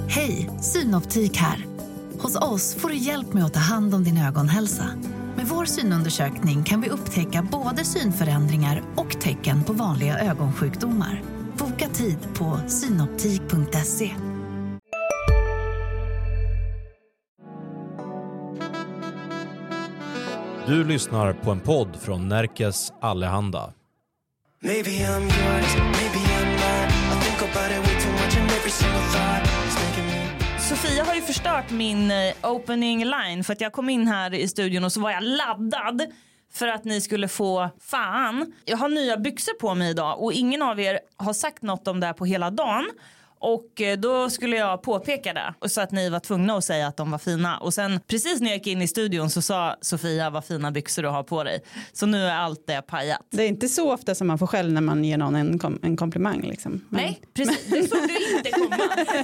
Hej, Synoptik här. Hos oss får du hjälp med att ta hand om din ögonhälsa. Med vår synundersökning kan vi upptäcka både synförändringar och tecken på vanliga ögonsjukdomar. Boka tid på synoptik.se. Du lyssnar på en podd från Närkes Allehanda. Maybe I'm yours, maybe I'm not. I think about it way too much and every single thought is making me. Sofia har ju förstört min opening line för att jag kom in här i studion och så var jag laddad för att ni skulle få fan. Jag har nya byxor på mig idag och ingen av er har sagt något om det här på hela dagen. Och då skulle jag påpeka det och så att ni var tvungna att säga att de var fina. Och sen precis när jag gick in i studion så sa Sofia vad fina byxor du har på dig. Så nu är allt det pajat. Det är inte så ofta som man får skäll när man ger någon en komplimang liksom. Men... Nej, precis. Det såg du inte komma.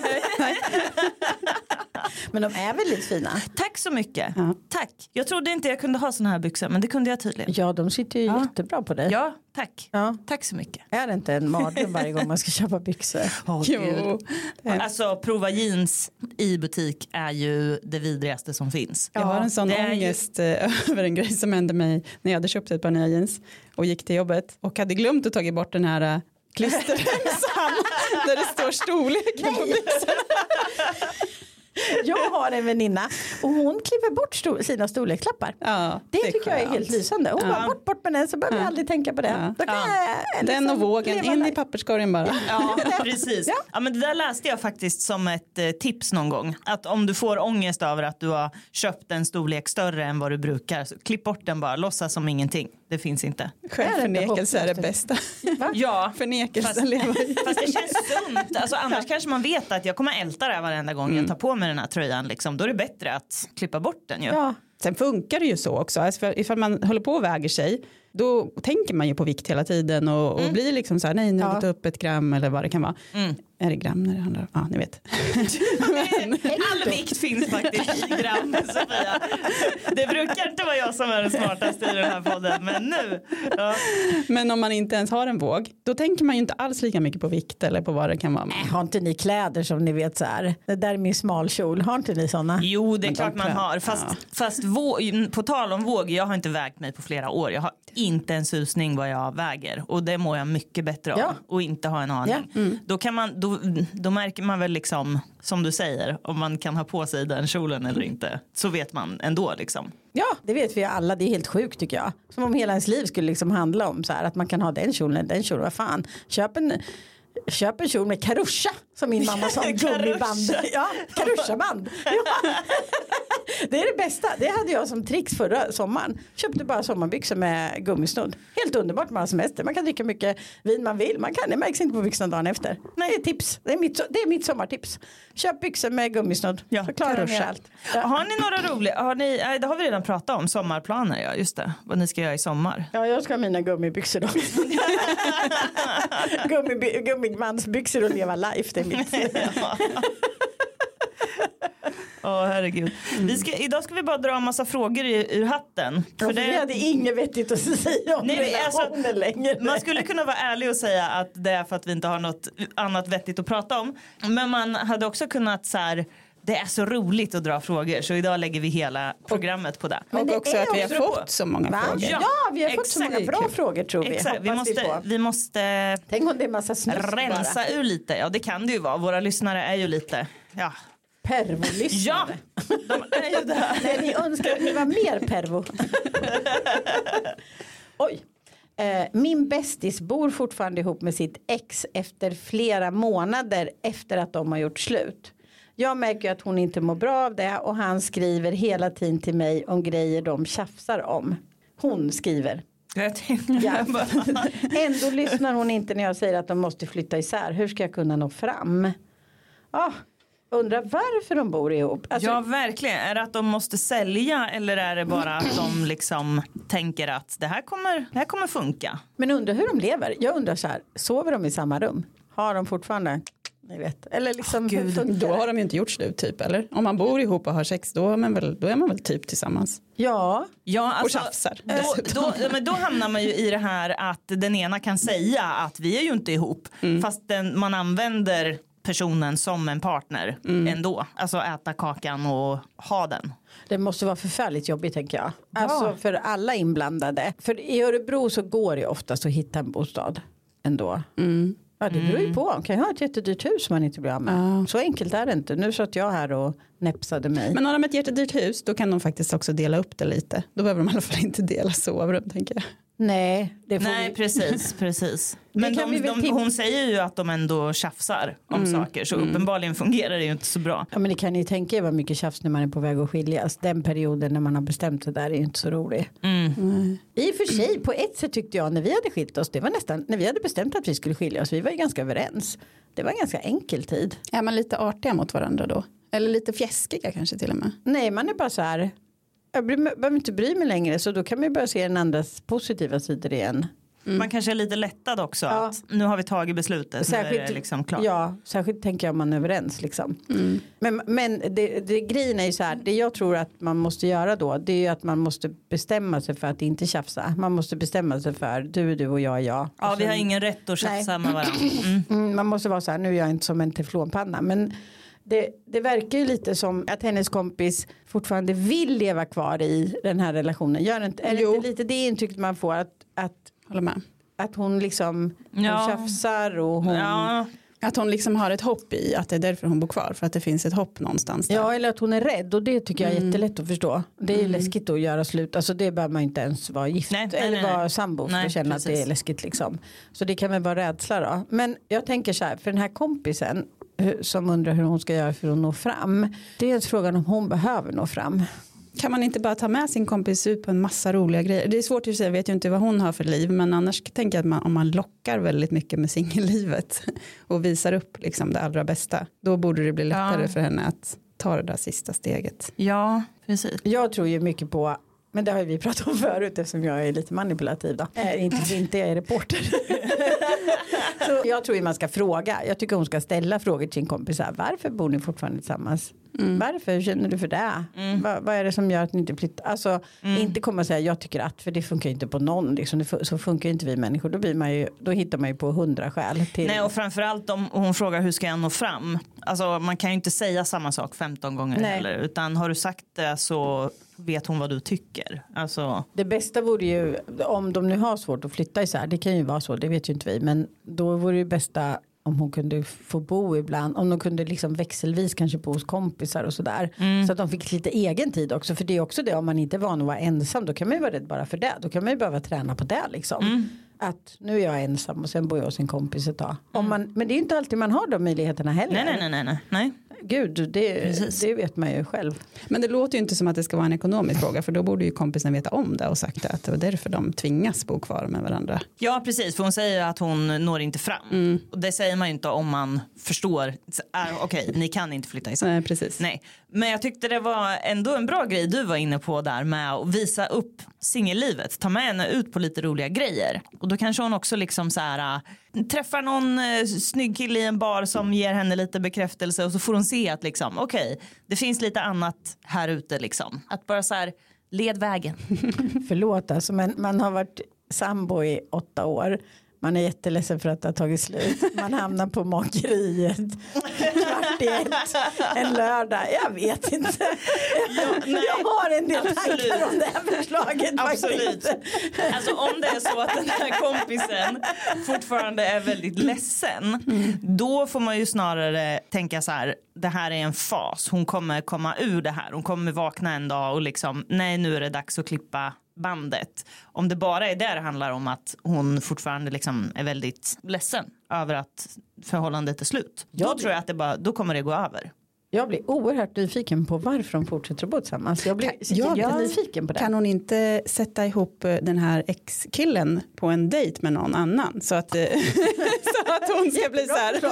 Men de är väldigt fina. Tack så mycket. Ja. Tack. Jag trodde inte jag kunde ha såna här byxor, men det kunde jag tydligen. Ja, de sitter ju jättebra på dig. Ja, tack. Ja. Tack så mycket. Är det inte en mardröm varje gång man ska köpa byxor? Jo. Alltså prova jeans i butik är ju det vidrigaste som finns. Jag har en sån ångest över en grej som hände mig när jag hade köpt ett par nya jeans och gick till jobbet och hade glömt att ta bort den här klisterremsan där det står storleken på byxorna. Jag har en väninna och hon klipper bort sina storlekslappar. Ja, det tycker jag är helt lysande. Hon bara bort med den så behöver jag aldrig tänka på det. Ja. Då kan jag den och vågen in i papperskorgen bara. Ja, precis. Ja, men det där läste jag faktiskt som ett tips någon gång. Att om du får ångest över att du har köpt en storlek större än vad du brukar, så klipp bort den bara, låtsas som ingenting. Det finns inte. Självförnekelse är det bästa. Ja, förnekelsen lever i. Fast det känns sunt. Alltså, annars kanske man vet att jag kommer älta det här varenda gång jag tar på mig den här tröjan. Liksom. Då är det bättre att klippa bort den ju. Ja. Sen funkar det ju så också. Alltså ifall man håller på och väger sig, då tänker man ju på vikt hela tiden och blir liksom så här, nej, nu har jag gått upp 1 gram eller vad det kan vara. Är det gram när det handlar om? Ja, ni vet. All vikt finns faktiskt i gram, Sofia. Det brukar inte vara jag som är den smartaste i den här podden, men nu. Ja. Men om man inte ens har en våg, då tänker man ju inte alls lika mycket på vikt eller på vad det kan vara. Har inte ni kläder som ni vet så här? Det där är min smalkjol. Har inte ni sådana? Jo, det är klart man har. Fast på tal om våg, jag har inte vägt mig på flera år. Jag har inte en susning vad jag väger. Och det mår jag mycket bättre av. Ja. Och inte ha en aning. Ja. Då kan man, då märker man väl liksom, som du säger, om man kan ha på sig den kjolen eller inte. Så vet man ändå liksom. Ja, det vet vi alla. Det är helt sjukt tycker jag. Som om hela ens liv skulle liksom handla om så här, att man kan ha den kjolen, vad fan. Köp en kjol med karuscha som min mamma sa, gummiband. Ja, karuscha-band. Ja. Det är det bästa. Det hade jag som tricks förra sommaren. Köpte bara sommarbyxor med gummisnodd. Helt underbart med semester. Man kan dricka mycket vin man vill. Det märks inte på byxorna dagen efter. Nej, det är tips. Det är mitt sommartips. Köp byxor med gummisnodd. Ja, så klarar ni allt. Ja. Har ni några roliga, det har vi redan pratat om, sommarplaner, ja, just det. Vad ni ska göra i sommar. Ja, jag ska ha mina gummibyxor då. Gummibandsbyxor och leva life, det är mitt. Herregud. Idag ska vi bara dra en massa frågor ur hatten. För det hade inget vettigt att säga om relationen längre. Man skulle kunna vara ärlig och säga att det är för att vi inte har något annat vettigt att prata om. Men man hade också kunnat så här, det är så roligt att dra frågor, så idag lägger vi hela programmet på det. Och också att vi har fått så många frågor. Ja, vi har fått så många bra frågor tror vi. Exakt. Vi måste tänk om det är massa snusk rensa bara ur lite. Ja, det kan det ju vara. Våra lyssnare är ju lite, ja, pervolyssnare. Ja, de är ju där. Nej, ni önskar att ni var mer pervo. Oj. Min bästis bor fortfarande ihop med sitt ex efter flera månader efter att de har gjort slut. Jag märker att hon inte mår bra av det och han skriver hela tiden till mig om grejer de tjafsar om. Hon skriver. Ändå lyssnar hon inte när jag säger att de måste flytta isär. Hur ska jag kunna nå fram? Undrar varför de bor ihop. Alltså, ja, verkligen. Är det att de måste sälja eller är det bara att de liksom tänker att det här kommer funka? Men undrar hur de lever. Jag undrar så här, sover de i samma rum? Har de fortfarande? Ni vet. Eller liksom, då har de ju inte gjort slut typ, eller? Om man bor ihop och har sex, då är man väl typ tillsammans. Ja, alltså, och tjafsar. Men då hamnar man ju i det här att den ena kan säga att vi är ju inte ihop. Fast man använder personen som en partner ändå. Alltså äta kakan och ha den. Det måste vara förfärligt jobbigt tänker jag. Alltså för alla inblandade. För i Örebro så går det oftast att hitta en bostad ändå. Ja, det beror ju på. Man kan ju ha ett jättedyrt hus som man inte blir av med. Så enkelt är det inte. Nu satt jag här och näpsade mig. Men har de ett jättedyrt hus, då kan de faktiskt också dela upp det lite. Då behöver de i alla fall inte dela sovrum, tänker jag. Nej, precis. Men hon säger ju att de ändå tjafsar om saker. Så uppenbarligen fungerar det ju inte så bra. Ja, men ni kan ju tänka er vad mycket tjafs när man är på väg att skiljas. Den perioden när man har bestämt sig där är ju inte så rolig. I och för sig, på ett sätt tyckte jag när vi hade skilt oss. Det var nästan, när vi hade bestämt att vi skulle skilja oss. Vi var ju ganska överens. Det var en ganska enkel tid. Är man lite artiga mot varandra då? Eller lite fjäskiga kanske till och med? Nej, man är bara så här... Jag behöver inte bry mig längre, så då kan man ju börja se den andras positiva sidor igen. Man kanske är lite lättad också. Ja. Att nu har vi tagit beslutet. Särskilt, nu är det liksom klart. Ja, särskilt tänker jag om man är överens. Liksom. Men grejen är ju så här. Det jag tror att man måste göra då. Det är ju att man måste bestämma sig för att inte tjafsa. Man måste bestämma sig för du och jag är jag. Ja, och vi har ingen rätt att tjafsa med varandra. Man måste vara så här. Nu är jag inte som en teflonpanna. Men det verkar ju lite som att hennes kompis fortfarande vill leva kvar i den här relationen. Är det inte lite det intrycket man får håller med. Att hon liksom hon tjafsar och hon... Ja. Att hon liksom har ett hopp i att det är därför hon bor kvar. För att det finns ett hopp någonstans där. Ja, eller att hon är rädd. Och det tycker jag är jättelätt att förstå. Det är läskigt att göra slut. Alltså det behöver man inte ens vara gift. Eller vara sambo för att känna att det är läskigt liksom. Så det kan väl vara rädsla då. Men jag tänker så här, för den här kompisen som undrar hur hon ska göra för att nå fram. Det är en frågan om hon behöver nå fram. Kan man inte bara ta med sin kompis ut på en massa roliga grejer? Det är svårt att säga, jag vet ju inte vad hon har för liv. Men annars tänker jag att om man lockar väldigt mycket med singellivet och visar upp liksom det allra bästa. Då borde det bli lättare för henne att ta det där sista steget. Ja, precis. Jag tror ju mycket på, men det har ju vi pratat om förut eftersom jag är lite manipulativ då. Inte jag är reporter. Så jag tror ju man ska fråga. Jag tycker hon ska ställa frågor till sin kompis. Varför bor ni fortfarande tillsammans? Varför känner du för det? Vad är det som gör att ni inte flyttar? Alltså inte komma och säga jag tycker att, för det funkar inte på någon. Liksom. Så funkar inte vi människor. Då hittar man ju på 100 skäl till. Nej, och framförallt om hon frågar hur ska jag nå fram? Alltså man kan ju inte säga samma sak 15 gånger heller. Utan har du sagt det så vet hon vad du tycker. Alltså... Det bästa vore ju, om de nu har svårt att flytta isär, det kan ju vara så, det vet ju inte vi. Men då vore det bästa om hon kunde få bo ibland, om de kunde liksom växelvis kanske bo hos kompisar och sådär. Så att de fick lite egen tid också, för det är också det, om man inte är van att vara ensam, då kan man ju vara rädd bara för det. Då kan man ju behöva träna på det liksom. Att nu är jag ensam och sen bor jag hos en kompis ett tag. Men det är ju inte alltid man har de möjligheterna heller. Nej. Gud, det vet man ju själv. Men det låter ju inte som att det ska vara en ekonomisk fråga, för då borde ju kompisen veta om det och sagt det, att det var därför de tvingas bo kvar med varandra. Ja, precis, för hon säger att hon når inte fram. Och det säger man ju inte om man förstår. Okej, ni kan inte flytta isär. Nej, precis. Nej. Men jag tyckte det var ändå en bra grej du var inne på där med att visa upp singellivet. Ta med henne ut på lite roliga grejer. Och då kanske hon också liksom så här träffar någon snygg kille i en bar som ger henne lite bekräftelse, och så får hon se att liksom okej, det finns lite annat här ute liksom. Att bara så här led vägen. Förlåt alltså, men man har varit sambo i 8 år. Man är jätteledsen för att det har tagit slut. Man hamnar på makeriet 12:45 en lördag. Jag vet inte. Jag har en del tankar om det här förslaget. Absolut. Alltså om det är så att den här kompisen fortfarande är väldigt ledsen, då får man ju snarare tänka så här, det här är en fas. Hon kommer komma ur det här. Hon kommer vakna en dag och liksom, nej, nu är det dags att klippa bandet. Om det bara är där det handlar om att hon fortfarande liksom är väldigt ledsen över att förhållandet är slut. Då tror jag att då kommer det gå över. Jag blir oerhört nyfiken på varför de fortsätter att bo tillsammans. Jag blir nyfiken på det. Kan hon inte sätta ihop den här ex-killen på en dejt med någon annan? Så att hon ska bli så här,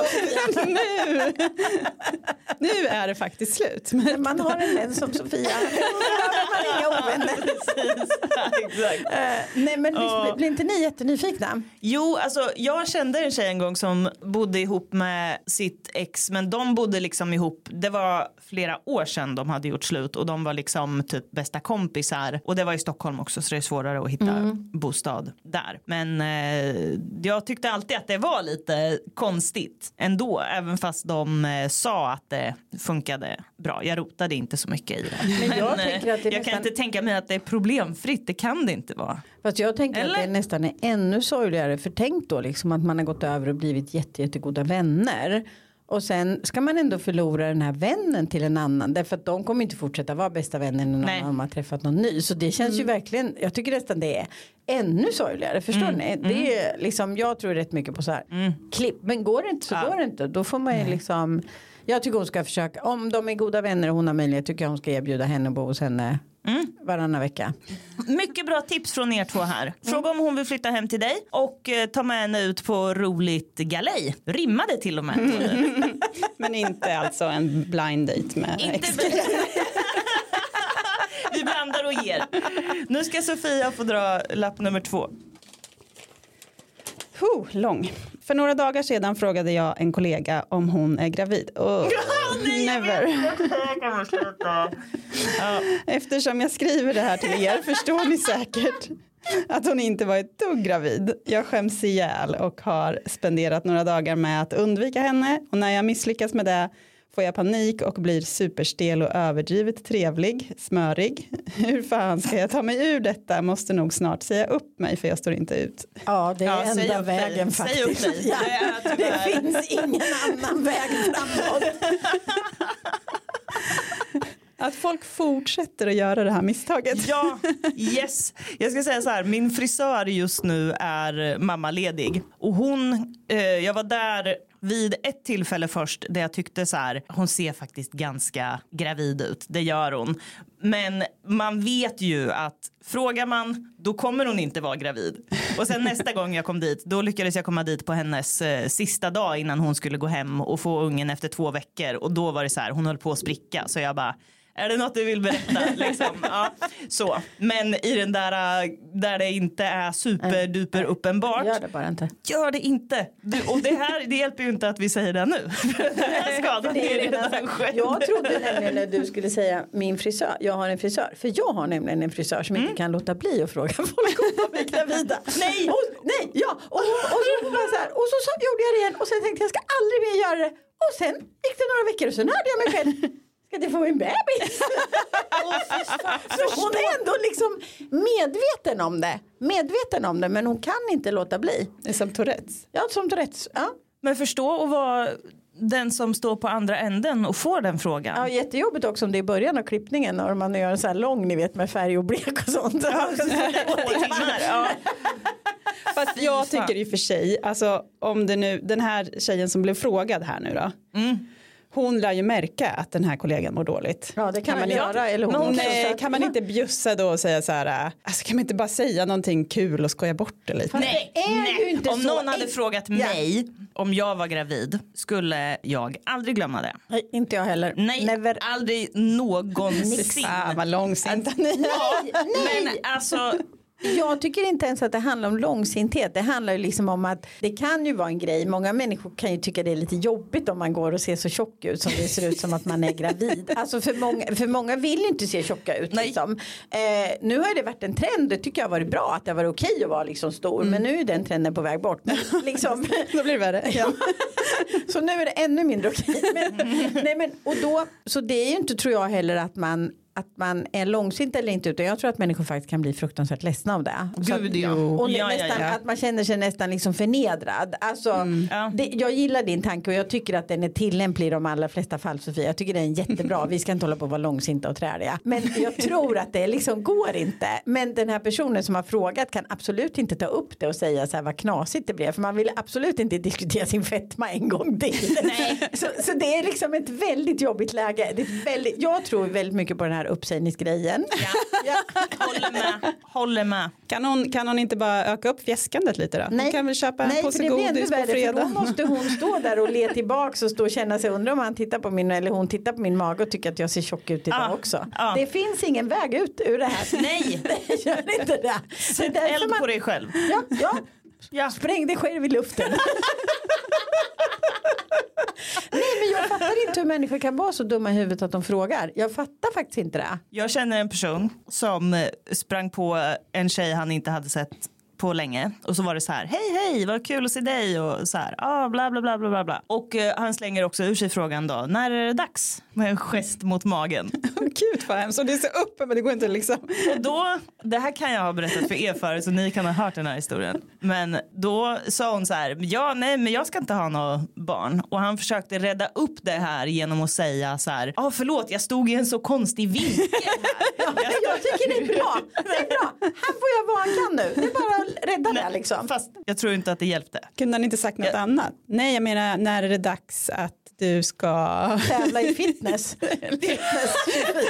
nu är det faktiskt slut. Man har en vän som Sofia. inga ovänner. Exakt. Nej men blir inte ni jättenyfikna? Jo, alltså jag kände en tjej en gång som bodde ihop med sitt ex, men de bodde liksom ihop, det var flera år sedan de hade gjort slut och de var liksom typ bästa kompisar och det var i Stockholm också så det är svårare att hitta bostad där. Men jag tyckte alltid att det var lite konstigt ändå, även fast de sa att det funkade bra. Jag rotade inte så mycket i det. Men jag tänker att det jag kan inte tänka mig att det är problemfritt, det kan det inte vara. Fast jag tänker att det nästan är ännu sorgligare, för tänk då liksom att man har gått över och blivit jättegoda vänner. Och sen ska man ändå förlora den här vännen till en annan. Därför att de kommer inte fortsätta vara bästa vänner när någon annan har träffat någon ny. Så det känns ju verkligen, jag tycker nästan det är ännu sorgligare. Förstår ni? Det är liksom, jag tror rätt mycket på så här klipp. Men går det inte så går det inte. Då får man ju liksom, jag tycker hon ska försöka, om de är goda vänner och hon har möjlighet, tycker jag hon ska erbjuda henne att bo hos henne varannan vecka. Mycket bra tips från er två här. Fråga om hon vill flytta hem till dig och ta med henne ut på roligt galej. Rimmade till och med. Men inte alltså en blind date med ex. Vi blandar och ger. Nu ska Sofia få dra lapp nummer 2. Lång. För några dagar sedan frågade jag en kollega om hon är gravid. Never. Eftersom jag skriver det här till er förstår ni säkert att hon inte var ett dugg gravid. Jag skäms ihjäl och har spenderat några dagar med att undvika henne. Och när jag misslyckas med det får jag panik och blir superstel och överdrivet trevlig, smörig. Hur fan ska jag ta mig ur detta? Måste nog snart säga upp mig för jag står inte ut. Ja, det är enda vägen faktiskt. Säg upp dig. Ja, det finns ingen annan väg framåt. Att folk fortsätter att göra det här misstaget. Ja, yes. Jag ska säga så här, min frisör just nu är mammaledig. Och jag var där vid ett tillfälle först där jag tyckte så här, hon ser faktiskt ganska gravid ut. Det gör hon. Men man vet ju att frågar man, då kommer hon inte vara gravid. Och sen nästa gång jag kom dit, då lyckades jag komma dit på hennes sista dag innan hon skulle gå hem och få ungen efter 2 veckor. Och då var det så här, hon höll på att spricka. Så jag bara, är det något du vill berätta? Liksom? Ja, så. Men i den där det inte är superduper uppenbart. Gör det bara inte. Gör det inte. Och det hjälper ju inte att vi säger det nu. Jag trodde nämligen när du skulle säga min frisör. Jag har en frisör. För jag har nämligen en frisör som inte kan låta bli att fråga folk om de är gravida. Nej! Och så var så här. Och så gjorde jag det igen. Och sen tänkte jag ska aldrig mer göra det. Och sen gick det några veckor och sen hörde jag mig själv. Ska det få en bebis? Så hon är ändå liksom medveten om det, men hon kan inte låta bli. Det är som Tourettes. Ja, som Tourettes. Ja. Men förstå att vara den som står på andra änden och får den frågan. Ja, jättejobbigt också om det är början av klippningen och man gör en så här lång, ni vet, med färg och blek och sånt. Ja. Fast jag tycker i och för sig, alltså om det nu, den här tjejen som blev frågad här nu då. Hon lär ju märka att den här kollegan mår dåligt. Ja, det kan man göra. Eller hon kan man inte bjussa då och säga så här, alltså kan man inte bara säga någonting kul och skoja bort det lite? Nej. Om någon hade frågat mig om jag var gravid skulle jag aldrig glömma det. Nej, inte jag heller. Nej, never. Aldrig någonsin. Vad långsinta ni. Men alltså... Jag tycker inte ens att det handlar om långsinthet. Det handlar ju liksom om att det kan ju vara en grej. Många människor kan ju tycka det är lite jobbigt om man går och ser så tjock ut som det ser ut som att man är gravid. Alltså för många vill ju inte se tjocka ut. Liksom. Nu har det varit en trend. Det tycker jag har varit bra att det har varit okej att vara liksom stor. Men nu är den trenden på väg bort. Men liksom, då blir det värre. Ja. Så nu är det ännu mindre okej. Så det är ju inte, tror jag heller, att man är långsint eller inte, utan jag tror att människor faktiskt kan bli fruktansvärt ledsna av det. Gud, ja. Och nästan, att man känner sig nästan liksom förnedrad. Alltså, jag gillar din tanke och jag tycker att den är tillämplig i de allra flesta fall, Sofia. Jag tycker den är jättebra. Vi ska inte hålla på att vara långsinta och träliga. Men jag tror att det liksom går inte. Men den här personen som har frågat kan absolut inte ta upp det och säga så här vad knasigt det blev. För man vill absolut inte diskutera sin fetma en gång till. Nej. Så det är liksom ett väldigt jobbigt läge. Jag tror väldigt mycket på den här här uppsägningsgrejen. Ja. Håller med. Kan hon inte bara öka upp fjäskandet lite då? Nej. Hon kan väl köpa en påse godis på för fredag. då måste hon stå där och le tillbaks och stå och känna sig, undra om han tittar på min eller hon tittar på min mage och tycker att jag ser tjock ut idag också. Det finns ingen väg ut ur det här. Nej. Det gör inte det. Sätt eld på dig själv. Ja. Spräng dig själv i luften. Nej, men jag fattar inte hur människor kan vara så dumma i huvudet att de frågar. Jag fattar faktiskt inte det. Jag känner en person som sprang på en tjej han inte hade sett på länge. Och så var det så här, hej, vad kul att se dig. Och så här, bla bla bla bla bla. Och han slänger också ur sig frågan då, när är det dags? Med en gest mot magen. Gud vad hemskt, så det är så uppe men det går inte liksom. Och då, det här kan jag ha berättat för er förut så ni kan ha hört den här historien. Men då sa hon så här, men jag ska inte ha något barn. Och han försökte rädda upp det här genom att säga så här, förlåt, jag stod i en så konstig vinkel här. Jag tycker det är bra. Han får göra vad han kan nu. Det är bara att rädda det liksom. Fast jag tror inte att det hjälpte. Kunde han inte sagt något annat? Nej, jag menar, när är det dags att du ska tävla i fitness? Fitness 24.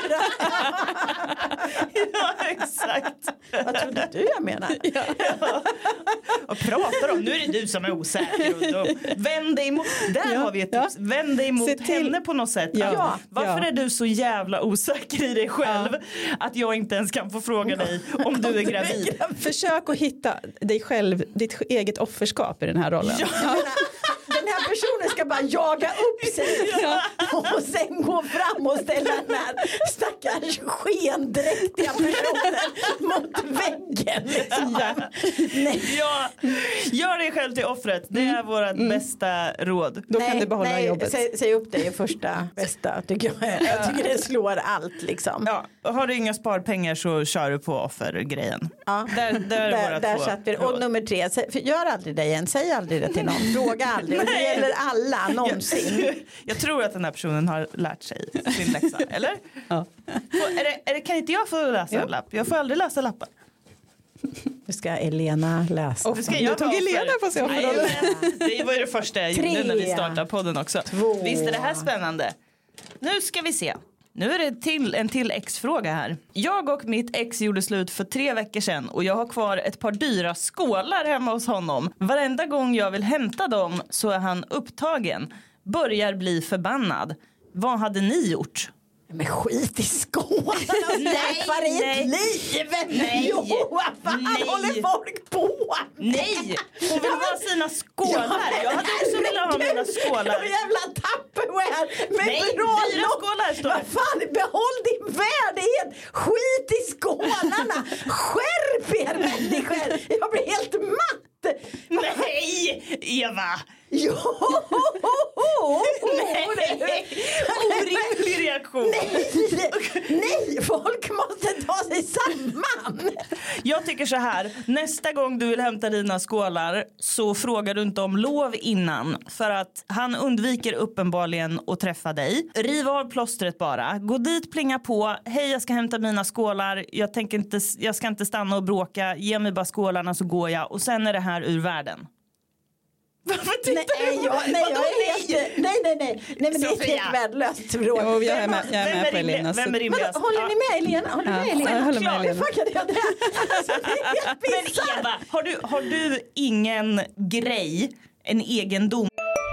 Ja, exakt. Vad trodde du jag menar? Ja. Och pratar om, nu är det du som är osäker. Och vänd dig emot, har vi ett tips. Vänd dig emot henne på något sätt. Ja. Varför är du så jävla osäker i dig själv att jag inte ens kan få fråga dig om du är gravid? Försök att hitta dig själv, ditt eget offerskap i den här rollen. Ja. Den här personen ska bara jaga upp sig och sen gå fram och ställa den här stackars skendräktiga personen mot väggen. Liksom. Ja, gör dig själv till offret. Det är vårt bästa råd. Då kan du behålla jobbet. Säg upp dig i första bästa tycker jag. Jag tycker det slår allt liksom. Ja, har du inga sparpengar så kör du på offergrejen. Ja. Där satt vi. Och nummer 3, gör aldrig det igen. Säg aldrig det till någon. Fråga aldrig. Det gäller alla någonsin. Jag tror att den här personen har lärt sig sin läxa, eller? Ja. Kan inte jag få läsa en lapp? Jag får aldrig läsa lappar. Nu ska Elena läsa. Nu ska jag tog Elena på sig. Det var ju det första jag gjorde när vi startade podden också. 2. Visst är det här spännande? Nu ska vi se. Nu är det en till ex-fråga här. Jag och mitt ex gjorde slut för 3 veckor sedan och jag har kvar ett par dyra skålar hemma hos honom. Varenda gång jag vill hämta dem så är han upptagen. Börjar bli förbannad. Vad hade ni gjort? Men skit i skålarna. Nej. Jo, vad fan håller folk på? Nej, hon vill ha sina skålar. Jag hade också velat ha mina skålar. En jävla Tupperware med dyra skålar står det. Vad fan, behåll din värdighet. Skit i skålarna. Skärp er människor. Jag blir helt matt. Nej, Eva. Jo. Nej. Orimlig reaktion. Nej, folk måste ta sig samman. Jag tycker så här, nästa gång du vill hämta dina skålar så frågar du inte om lov innan. För att han undviker uppenbarligen att träffa dig. Riv av plåstret bara. Gå dit, plinga på. Hej, jag ska hämta mina skålar. Jag ska inte stanna och bråka. Ge mig bara skålarna så går jag. Och sen är det här ur världen. Varför tittar du på mig? Nej, men det är ett helt värdelöst råd. Jo, jag är med på Elena. Vem är rimligast? Håller ni med Elena? Jag håller med Elena. Men Eva, har du ingen grej, en egendom?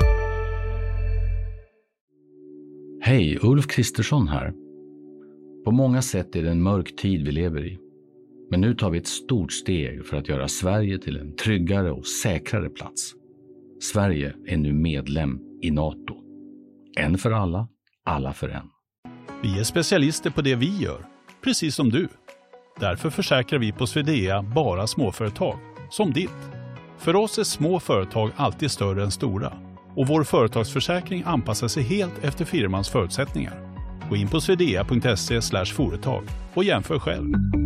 Hej, Ulf Kristersson här. På många sätt är det en mörk tid vi lever i. Men nu tar vi ett stort steg för att göra Sverige till en tryggare och säkrare plats. Sverige är nu medlem i NATO. En för alla, alla för en. Vi är specialister på det vi gör, precis som du. Därför försäkrar vi på Swedea bara småföretag, som ditt. För oss är små företag alltid större än stora. Och vår företagsförsäkring anpassar sig helt efter firmans förutsättningar. Gå in på swedea.se/företag och jämför själv.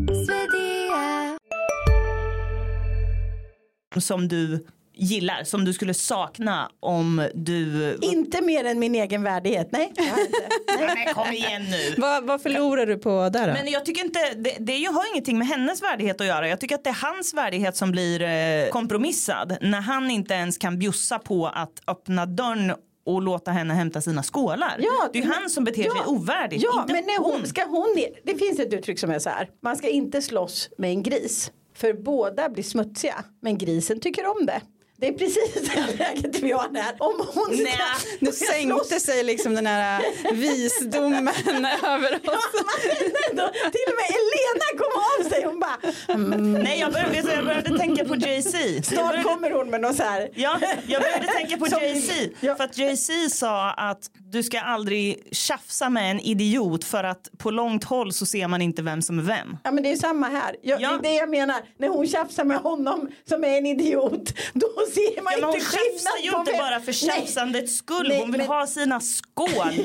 Som du gillar, som du skulle sakna om du... Inte mer än min egen värdighet, nej. Men kom igen nu. Vad förlorar du på där då? Men jag tycker inte, det har ingenting med hennes värdighet att göra. Jag tycker att det är hans värdighet som blir kompromissad. När han inte ens kan bjussa på att öppna dörren och låta henne hämta sina skålar. Ja, det är han som beter sig ovärdigt. Ja, inte men när hon ska det finns ett uttryck som är så här. Man ska inte slåss med en gris. För båda blir smutsiga. Men grisen tycker om det. Det är precis det läget vi har här. Om hon nu sänkte sig liksom den här visdomen över oss. Till och med Elena kom av sig. Hon bara... Nej, jag började tänka på Jay-Z. Snart kommer hon med något så här. Ja, jag började tänka på Jay-Z. Ja. För att Jay-Z sa att du ska aldrig tjafsa med en idiot för att på långt håll så ser man inte vem som är vem. Ja, men det är samma här. Det är det jag menar. När hon tjafsar med honom som är en idiot, då ser man inte hon skillnad. Hon tjafsar ju inte bara för tjafsandets skull. Nej, hon vill ha sina skålar.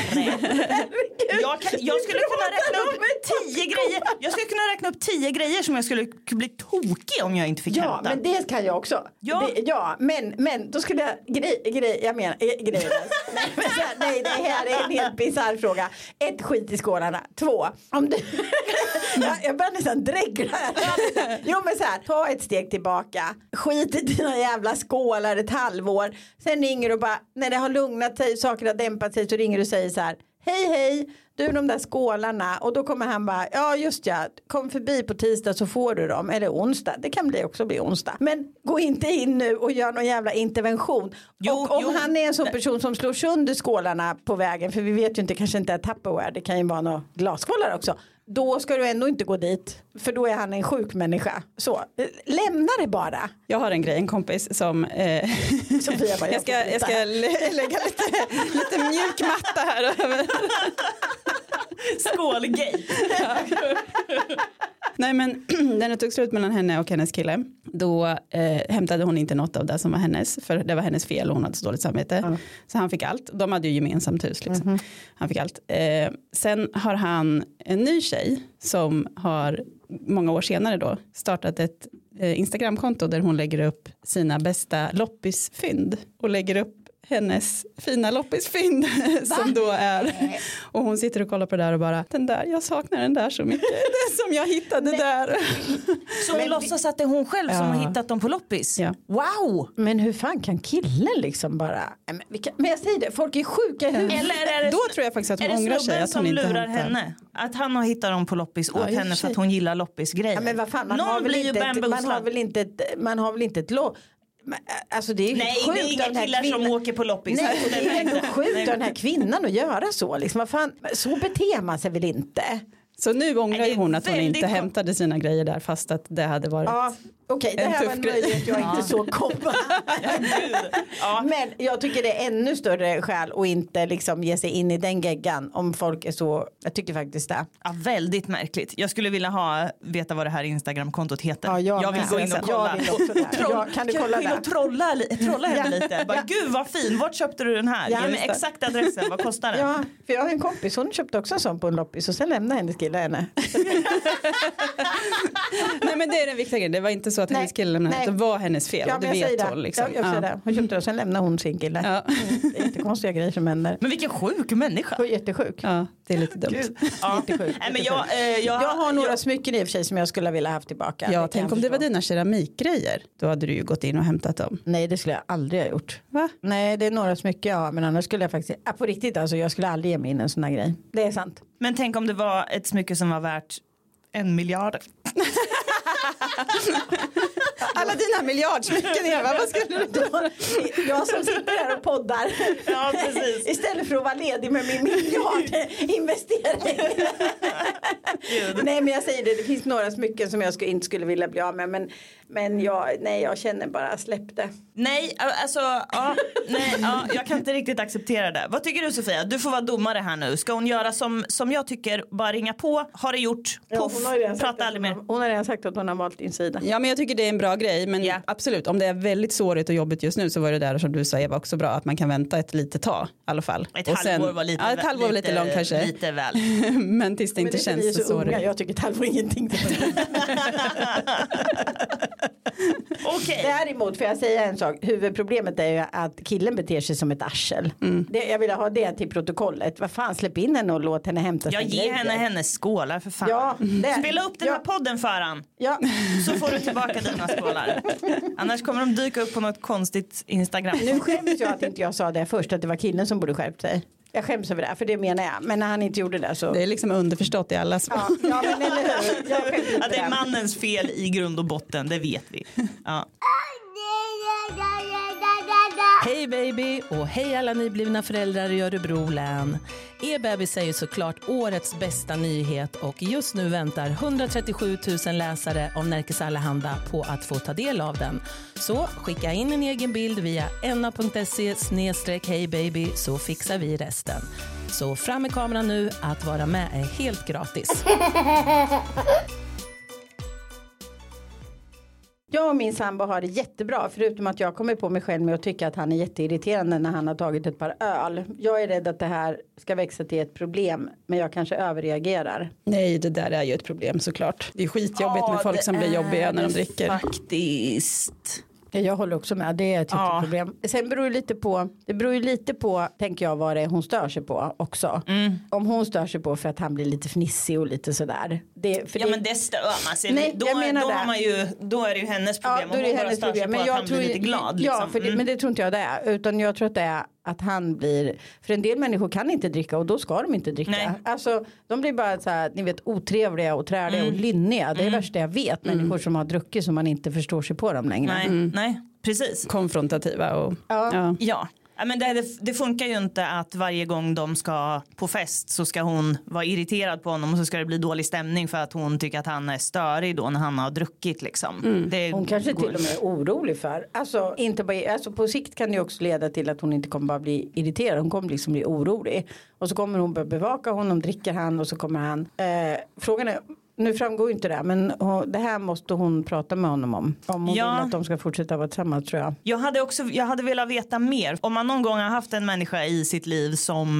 Jag skulle kunna räkna upp 10 grejer. Jag skulle kunna räkna upp 10 grejer som jag skulle bli tokig om jag inte fick hämta. Ja, men det kan jag också. Ja, Men då skulle jag grejer. Nej, det här är en helt bizarr fråga. 1, skit i skålarna. 2, om du jag börjar nästan dregla. Jo, men så här, ta ett steg tillbaka. Skit i dina jävla skålar ett halvår. Sen ringer du bara, när det har lugnat sig, saker har dämpat sig, så ringer du och säger så här: hej, du, de där skålarna. Och då kommer han bara, ja just ja, kom förbi på tisdag så får du dem. Eller onsdag, det kan också bli onsdag. Men gå inte in nu och gör någon jävla intervention. Och om han är en sån person som slår sönder skålarna på vägen, för vi vet ju inte, kanske inte är Tupperware, det kan ju vara några glasskålar också. Då ska du ändå inte gå dit, för då är han en sjuk människa. Så, lämna det bara. Jag har en kompis som Sofia bara, jag ska lägga lite mjuk matta här över. Skålgate. Nej, men när det tog slut mellan henne och hennes kille, då hämtade hon inte något av det som var hennes, för det var hennes fel och hon hade så dåligt samvete. Så han fick allt. De hade ju gemensamt hus liksom. Han fick allt. Sen har han en ny tjej som har många år senare då startat ett Instagramkonto där hon lägger upp sina bästa loppisfynd och lägger upp hennes fina loppisfynd som då är, och hon sitter och kollar på det där och bara, den där, jag saknar den där så mycket, det som jag hittade där. Så hon låtsas att det är hon själv som har hittat dem på loppis? Ja. Wow! Men hur fan kan killen liksom bara, men jag säger det, folk är sjuka. Eller är det, då tror jag faktiskt att hon ångrar sig att hon inte lurar henne? Att han har hittat dem på loppis åt henne för att hon gillar loppisgrejer. Ja, men vad fan, man har väl inte ett lov. Alltså det är nej, det är inga killar som åker på loppis. Nej, det är ändå sjukt av den här kvinnan att göra så. Liksom, vad fan, så beter man sig väl inte? Så nu ångrar hon att hon inte hämtade sina grejer där, fast att det hade varit okej, det här var en möjlighet jag inte så komma. Men jag tycker det är ännu större skäl att inte liksom ge sig in i den geggan om folk är så, jag tycker faktiskt det. Ja, väldigt märkligt. Jag skulle vilja veta vad det här Instagramkontot heter. Ja, jag vill gå in och kolla. Kan du kolla där? Trolla henne lite. Bara, gud vad fin, vart köpte du den här? Ge mig exakt adressen, vad kostar den? Ja, för jag har en kompis, hon köpte också en sån på en loppis och sen lämnade hennes kille henne. Nej, men det är den viktiga grejen. Det var inte så att hennes kille lämnade, det var hennes fel. Ja, det vet hon liksom. Jag säger det. Hon köpte och sen lämnade hon sin kille. Ja. Det är inte konstiga grejer som händer. Men vilken sjuk människa. Jättesjuk. Ja, det är lite dumt. Jättesjuk. Nej, men jag har några smycken i och för sig som jag skulle vilja haft tillbaka. Ja, tänk om det var dina keramikgrejer. Då hade du ju gått in och hämtat dem. Nej, det skulle jag aldrig ha gjort. Va? Nej, det är några smycken, men annars skulle jag faktiskt, på riktigt alltså, jag skulle aldrig ge mig in en sån här grej. Det är sant. Men tänk om det var ett smycke som var värt 1 miljard. Alla dina miljardsmycken, Eva, vad skulle du då? Jag som sitter här och poddar. Ja, precis. Istället för att vara ledig med min miljardinvestering. Nej, men jag säger det finns några smycken som jag inte skulle vilja bli av med, men jag känner bara släpp det. Nej, alltså jag kan inte riktigt acceptera det. Vad tycker du, Sofia? Du får vara domare här nu. Ska hon göra som jag tycker, bara ringa på, har det gjort, puff, prata aldrig mer. Hon har redan sagt att hon har valt din sida. Ja, men jag tycker det är en bra grej, men absolut, om det är väldigt sårigt och jobbigt just nu, så var det där som du sa, Eva, också bra att man kan vänta ett litet tag i alla fall. Ett halvår var lite, ett halvår var lite långt kanske. Lite väl. Men tills det inte känns så sårigt. Jag tycker ett halvår är ingenting. Okej. Däremot får jag säga en sak. Huvudproblemet är ju att killen beter sig som ett arsel. Jag vill ha det till protokollet. Vad fan, släpp in henne och låt henne hämta Jag sin ger grejer. hennes skålar för fan. Ja, Spela upp den här podden för han. Ja. Så får du tillbaka dina skålar. Annars kommer de dyka upp på något konstigt Instagram. Nu skäms jag att inte jag sa det först, att det var killen som borde skärpt sig. Jag skäms över det, för det menar jag. Men när han inte gjorde det så... Det är liksom underförstått i alla små. Ja, men eller hur? Jag skäms över Att det är mannens fel i grund och botten, det vet vi. Ja. Hej baby och hej alla nyblivna föräldrar i Örebro län. E-bebis är ju såklart årets bästa nyhet och just nu väntar 137 000 läsare av Närkes Allehanda på att få ta del av den. Så skicka in en egen bild via enna.se/hejbaby så fixar vi resten. Så fram med kameran nu, att vara med är helt gratis. Jag och min sambo har det jättebra, förutom att jag kommer på mig själv med att tycka att han är jätteirriterande när han har tagit ett par öl. Jag är rädd att det här ska växa till ett problem, men jag kanske överreagerar. Nej, det där är ju ett problem såklart. Det är skitjobbigt med folk som blir jobbiga när de dricker. Faktiskt. Jag håller också med, det är ett problem. Sen beror det beror ju lite på, tänker jag, vad det är hon stör sig på också. Om hon stör sig på för att han blir lite fnissig och lite sådär. Men det stör man sig. Nej, då är det ju hennes problem. Ja, då är det hennes bara problem. Men jag tror lite glad. Ja, Liksom. men det tror inte jag det är. Utan jag tror att det är att han blir, för en del människor kan inte dricka och då ska de inte dricka. Nej. Alltså de blir bara så här, ni vet, otrevliga och träliga och lynniga. Det är det värsta jag vet. Människor som har druckit som man inte förstår sig på dem längre. Nej, precis. Konfrontativa och... Ja. Men det funkar ju inte att varje gång de ska på fest så ska hon vara irriterad på honom och så ska det bli dålig stämning för att hon tycker att han är störig då när han har druckit liksom. Hon kanske till och med är orolig för. Alltså på sikt kan det också leda till att hon inte kommer bara bli irriterad. Hon kommer liksom bli orolig. Och så kommer hon börja bevaka honom, dricker han och så kommer han. Frågan är, nu framgår ju inte det, men det här måste hon prata med honom om hon vill att de ska fortsätta vara tillsammans, tror jag. Jag hade velat veta mer. Om man någon gång har haft en människa i sitt liv som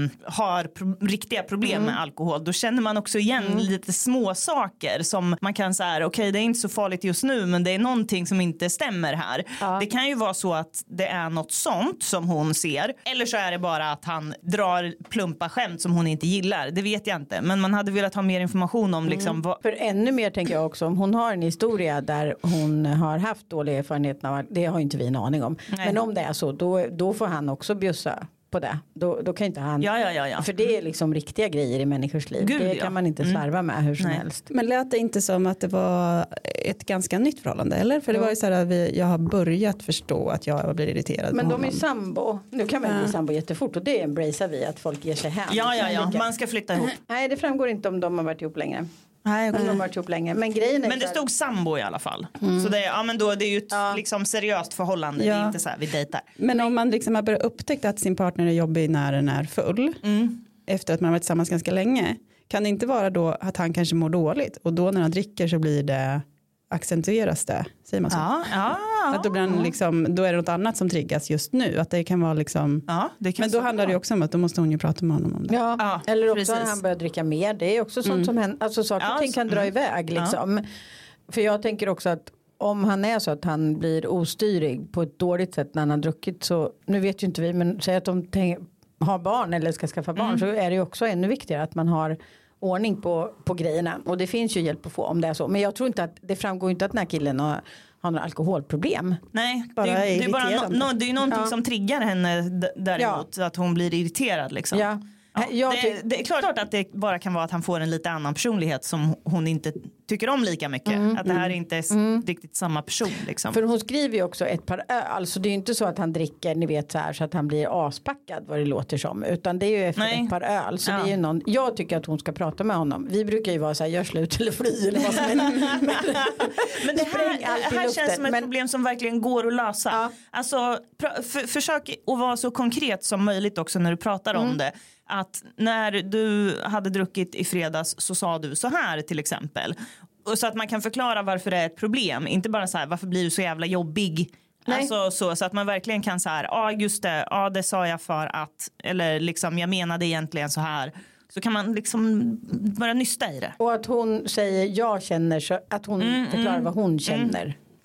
har riktiga problem med alkohol, då känner man också igen lite små saker som man kan säga, okej, det är inte så farligt just nu, men det är någonting som inte stämmer här. Det kan ju vara så att det är något sånt som hon ser, eller så är det bara att han drar plumpa skämt som hon inte gillar. Det vet jag inte, men man hade velat ha mer information om liksom. För ännu mer tänker jag också, om hon har en historia där hon har haft dålig erfarenhet av, det har inte vi en aning om. Nej. Men om det är så, då får han också bjussa på det. Då kan inte han. Ja. För det är liksom riktiga grejer i människors liv. Det kan man inte slarva med hur som helst. Men lät det inte som att det var ett ganska nytt förhållande, eller? För det var ju så här att jag har börjat förstå att jag blir irriterad. Men på de honom. är ju sambo. Nu kan man bli sambo jättefort och det embracear vi, att folk ger sig hem. Ja. Man ska flytta ihop. Nej, det framgår inte om de har varit ihop längre. Nej, Om de har varit ihop länge. Men grejen är men det stod sambo i alla fall. Så det är ju ett liksom seriöst förhållande. Det är inte så här vi dejtar. Men om man liksom har börjat upptäcka att sin partner är jobbig när den är full. Efter att man har varit tillsammans ganska länge. Kan det inte vara då att han kanske mår dåligt? Och då när han dricker så blir det, accentueras det. Säger man så? Att då, blir han liksom, då är det något annat som triggas just nu. Att det kan vara liksom. Men då handlar det också om att då måste hon ju prata med honom om det. Ja, eller också har han börjat dricka mer. Det är också sånt som händer. Alltså saker och ting kan dra iväg liksom. För jag tänker också att om han är så att han blir ostyrig på ett dåligt sätt när han har druckit, så, nu vet ju inte vi, men säg att de har barn eller ska skaffa barn, så är det ju också ännu viktigare att man har ordning på grejerna. Och det finns ju hjälp att få om det är så. Men jag tror inte att, det framgår inte att den här killen har några alkoholproblem. Nej, det är bara det är någonting som triggar henne däremot, att hon blir irriterad liksom. Ja. Det är klart att det bara kan vara att han får en lite annan personlighet som hon inte tycker om lika mycket. Att det här inte är riktigt samma person liksom. För hon skriver ju också ett par öl, så det är ju inte så att han dricker, ni vet, så här så att han blir aspackad, vad det låter som, utan det är ju efter ett par öl, så det är ju någon, jag tycker att hon ska prata med honom. Vi brukar ju vara så här, gör slut eller fly eller vad som helst. Men det här känns som ett problem som verkligen går att lösa. Alltså försök att vara så konkret som möjligt också när du pratar om det. Att när du hade druckit i fredags så sa du så här till exempel. Och så att man kan förklara varför det är ett problem. Inte bara så här, varför blir du så jävla jobbig? Alltså så att man verkligen kan så här, just det, det sa jag för att, eller liksom jag menade egentligen så här. Så kan man liksom börja nysta i det. Och att hon säger jag känner, så att hon förklarar vad hon känner.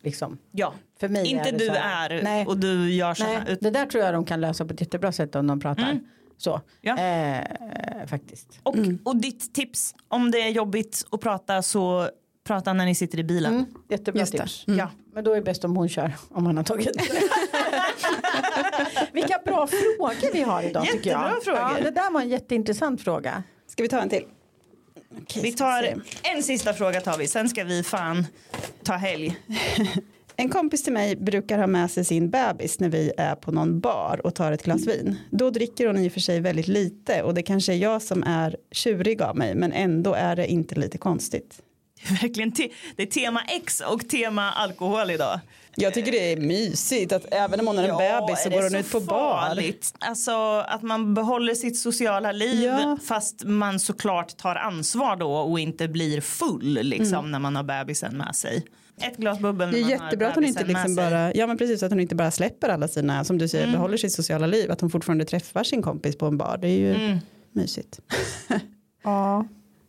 liksom. Ja, för mig inte är det du så här. är Nej. och du gör så här. Nej, det där tror jag de kan lösa på ett jättebra sätt om de pratar. Så, Ja. faktiskt. Och ditt tips, om det är jobbigt att prata så prata när ni sitter i bilen. Jättebra Just det. tips. Ja, men då är det bäst om hon kör, om han har tagit. Vilka bra frågor vi har idag tycker jag. Jättebra frågor. Ja, det där var en jätteintressant fråga. Ska vi ta en till? Okej, Vi ska tar se. en sista fråga tar vi, sen ska vi fan ta helg. En kompis till mig brukar ha med sig sin bebis när vi är på någon bar och tar ett glas vin. Då dricker hon i och för sig väldigt lite och det kanske är jag som är tjurig av mig, men ändå är det inte lite konstigt. Verkligen det är tema X och tema alkohol idag. Jag tycker det är mysigt att även om hon är en bebis så går hon ut på bar. Alltså att man behåller sitt sociala liv fast man såklart tar ansvar då och inte blir full liksom när man har bebisen med sig. Ett glas bubbel. Det är jättebra att hon inte liksom bara, ja men precis, att hon inte bara släpper alla sina, som du säger, behåller sitt sociala liv, att hon fortfarande träffar sin kompis på en bar. Det är ju mysigt. Ja.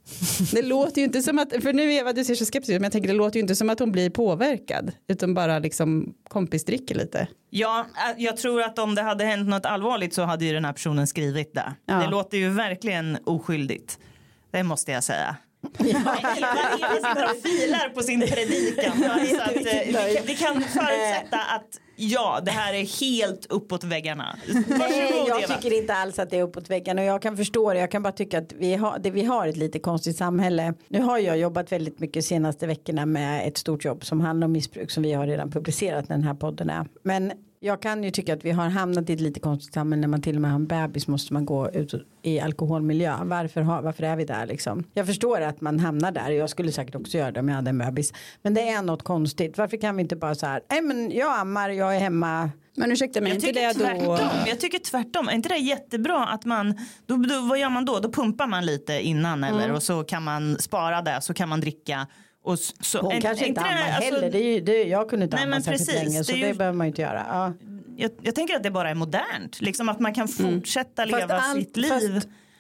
Det låter ju inte som att, för nu Eva du ser så skeptisk, men jag tänker det låter ju inte som att hon blir påverkad utan bara liksom kompisdricker lite. Ja, jag tror att om det hade hänt något allvarligt så hade ju den här personen skrivit det. Ja. Det låter ju verkligen oskyldigt. Det måste jag säga. Eva sitter och filar på sin predikan. Så att, vi kan förutsätta att det här är helt uppåt väggarna. Nej, jag tycker inte alls att det är uppåt väggarna och jag kan förstå det. Jag kan bara tycka att vi har ett lite konstigt samhälle. Nu har jag jobbat väldigt mycket senaste veckorna med ett stort jobb som handlar om missbruk som vi har redan publicerat när den här podden är. Men jag kan ju tycka att vi har hamnat i ett lite konstigt samhälle när man till och med har en bebis måste man gå ut i alkoholmiljö. Varför är vi där liksom? Jag förstår att man hamnar där. Jag skulle säkert också göra det om jag hade en bebis. Men det är något konstigt. Varför kan vi inte bara så här, nej men jag ammar, jag är hemma. Men ursäkta mig, inte det då? Jag tycker tvärtom. Är inte det jättebra att man, då vad gör man då? Då pumpar man lite innan eller och så kan man spara det, så kan man dricka. Och så, hon kanske inte ammar heller. Jag kunde inte amma särskilt länge så det behöver man ju inte göra. Ja. Jag tänker att det bara är modernt. Liksom att man kan fortsätta leva sitt liv.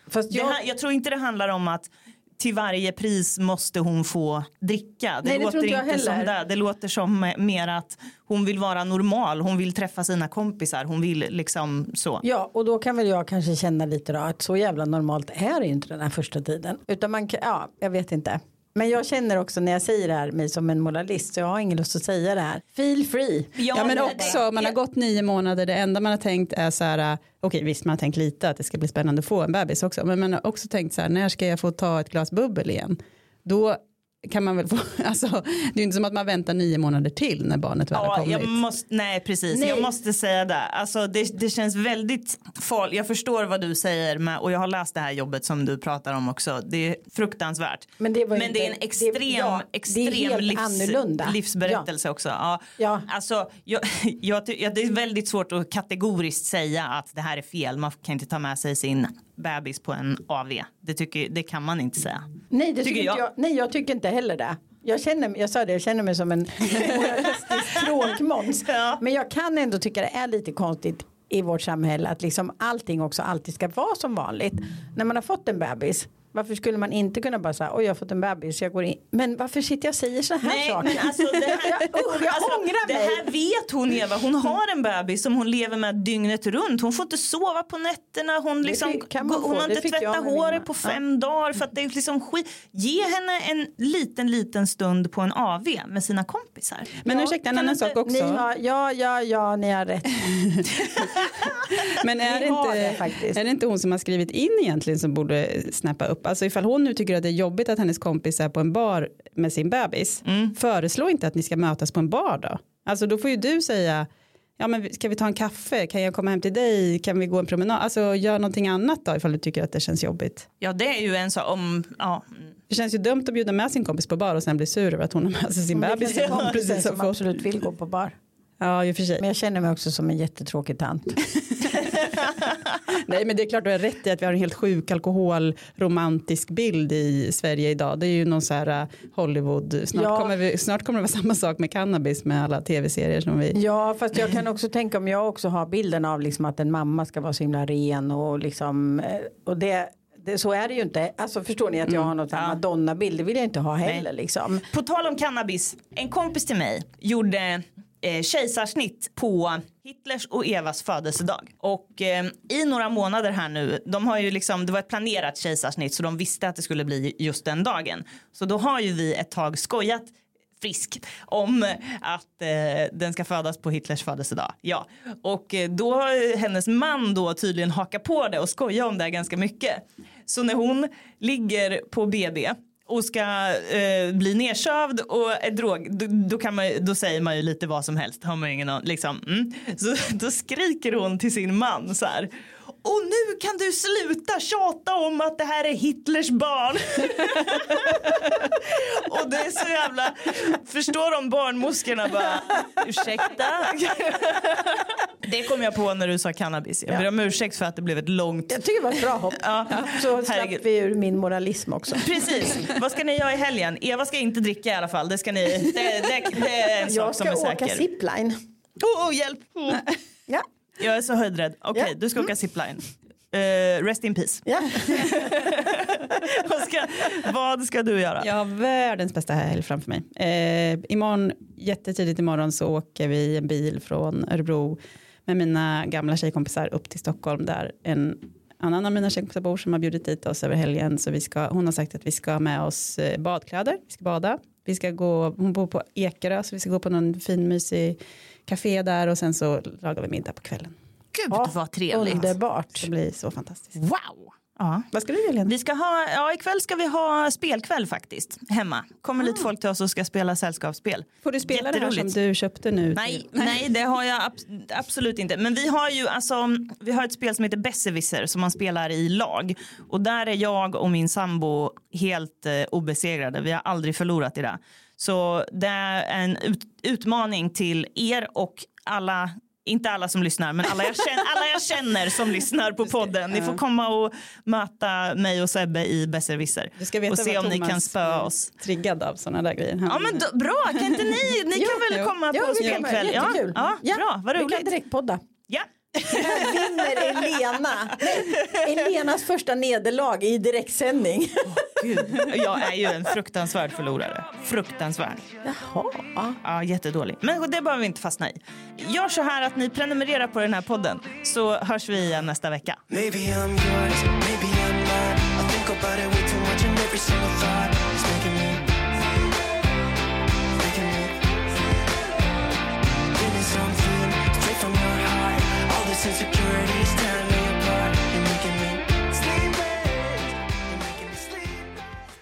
Jag tror inte det handlar om att till varje pris måste hon få dricka. Det låter inte som det. Det låter som mer att hon vill vara normal. Hon vill träffa sina kompisar. Hon vill liksom så. Ja, och då kan väl jag kanske känna lite då att så jävla normalt är det inte den här första tiden. Utan man kan, jag vet inte. Men jag känner också när jag säger det här mig som en moralist så jag har ingen lust att säga det här. Feel free. Ja men också, man har gått 9 månader, det enda man har tänkt är så här, okej, visst man har tänkt lite att det ska bli spännande att få en bebis också, men man har också tänkt så här, när ska jag få ta ett glas bubbel igen? Då kan man väl få, alltså det är inte som att man väntar 9 månader till när barnet väl har kommit. Nej precis, jag måste säga det. Alltså det känns väldigt farligt. Jag förstår vad du säger med, och jag har läst det här jobbet som du pratar om också. Det är fruktansvärt. Men det är en extrem livsberättelse också. Ja. Alltså, det är väldigt svårt att kategoriskt säga att det här är fel. Man kan inte ta med sig sin bebis på en AV. Det kan man inte säga. Nej, det tycker jag. Nej, jag tycker inte heller det. Jag känner mig som en moralistisk tråkmåns. Ja. Men jag kan ändå tycka det är lite konstigt i vårt samhälle att liksom allting också alltid ska vara som vanligt. När man har fått en bebis, varför skulle man inte kunna bara säga, oj jag har fått en bebis, jag går in. Men varför sitter jag och säger så här saker? Men alltså, jag ångrar mig. Det här vet hon, Eva. Hon har en bebis som hon lever med dygnet runt. Hon får inte sova på nätterna. Hon, liksom, hon har inte tvättat håret på 5 dagar för att det är liksom skit. Ge henne en liten stund på en AV med sina kompisar. Men ursäkta, en annan sak också. Ni har rätt. Men är det inte hon som har skrivit in egentligen som borde snappa upp? Alltså ifall hon nu tycker att det är jobbigt att hennes kompis är på en bar med sin bebis, föreslå inte att ni ska mötas på en bar då. Alltså då får ju du säga, ja men ska vi ta en kaffe? Kan jag komma hem till dig? Kan vi gå en promenad? Alltså gör någonting annat då ifall du tycker att det känns jobbigt. Ja, det är ju en sak om, Det känns ju dumt att bjuda med sin kompis på bar och sen bli sur över att hon har med sig sin bebis. Det är precis som absolut vill gå på bar. Ja, i och för sig. Men jag känner mig också som en jättetråkig tant. Nej, men det är klart du har rätt i att vi har en helt sjuk alkoholromantisk bild i Sverige idag. Det är ju någon så här Hollywood. Snart kommer det vara samma sak med cannabis med alla tv-serier som vi... Ja, fast jag kan också tänka om jag också har bilden av liksom att en mamma ska vara så himla ren och liksom... Och så är det ju inte. Alltså förstår ni att jag har något Madonna-bild, det vill jag inte ha heller liksom. På tal om cannabis, en kompis till mig gjorde kejsarsnitt på Hitlers och Evas födelsedag. Och i några månader här nu, de har ju liksom, det var ett planerat kejsarsnitt så de visste att det skulle bli just den dagen. Så då har ju vi ett tag skojat frisk om att den ska födas på Hitlers födelsedag. Ja, och då har hennes man då tydligen hakat på det och skojar om det ganska mycket. Så när hon ligger på BB och ska bli nedsövd och är drog, då säger man ju lite vad som helst. Har man ingen liksom. Så då skriker hon till sin man så här: och nu kan du sluta tjata om att det här är Hitlers barn. Och det är så jävla... Förstår de barnmorskorna bara, ursäkta? Det kom jag på när du sa cannabis. Jag ber om ursäkt för att det blev ett långt... Jag tycker det var ett bra hopp. Så slapp vi ur min moralism också. Precis. Vad ska ni göra i helgen? Eva ska inte dricka i alla fall. Det ska ni... Det är en sak som är säker. Jag ska åka zipline. Hjälp! Ja. Jag är så höjdrädd. Okej, du ska åka zipline. Rest in peace. Ja. Vad ska du göra? Jag har världens bästa helg framför mig. Imorgon, jättetidigt imorgon så åker vi en bil från Örebro med mina gamla tjejkompisar upp till Stockholm där en annan av mina tjejkompisar bor som har bjudit dit oss över helgen. Så hon har sagt att vi ska ha med oss badkläder. Vi ska bada. Hon bor på Ekerö så vi ska gå på någon fin mysig café där och sen så lagar vi middag på kvällen. Gud vad trevligt. Underbart. Det blir så fantastiskt. Wow. Ja. Vad ska du göra, Lena? Vi ska ikväll ska vi ha spelkväll faktiskt hemma. Kommer lite folk till oss och ska spela sällskapsspel. Får du spela det här som du köpte nu? Nej, det har jag absolut inte. Men vi har ett spel som heter Besserwisser som man spelar i lag. Och där är jag och min sambo helt obesegrade. Vi har aldrig förlorat i det. Så det är en utmaning till er och alla, inte alla som lyssnar, men alla jag känner som lyssnar på podden. Ni får komma och möta mig och Sebbe i Besserwisser. Och se om ni kan spöa oss. Triggad av sådana där grejer. Ja, men bra, kan inte ni kan väl komma på spelkväll? Jättekul. Ja, bra, vad roligt. Vi kan direkt podda. Ja. Här vinner Elenas första nederlag i direktsändning. Gud. Jag är ju en fruktansvärd förlorare. Fruktansvärd. Jaha. Ja, jättedålig. Men det behöver vi inte fastna i. Gör så här att ni prenumererar på den här podden så hörs vi igen nästa vecka. Maybe I'm yours, maybe I'm not. I think about it way too much and every single thought is making me give me something straight from your heart. All this insecurity is tearing me apart. You're making me sleep late. You're making me sleep.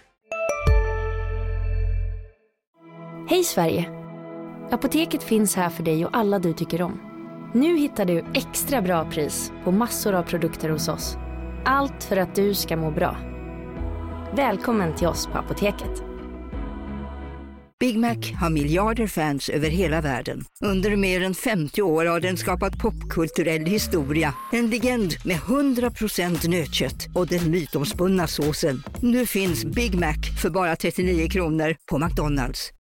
Hej Sverige! Apoteket finns här för dig och alla du tycker om. Nu hittar du extra bra pris på massor av produkter hos oss. Allt för att du ska må bra. Välkommen till oss på Apoteket. Big Mac har miljarder fans över hela världen. Under mer än 50 år har den skapat popkulturell historia. En legend med 100% nötkött och den mytomspunna såsen. Nu finns Big Mac för bara 39 kronor på McDonalds.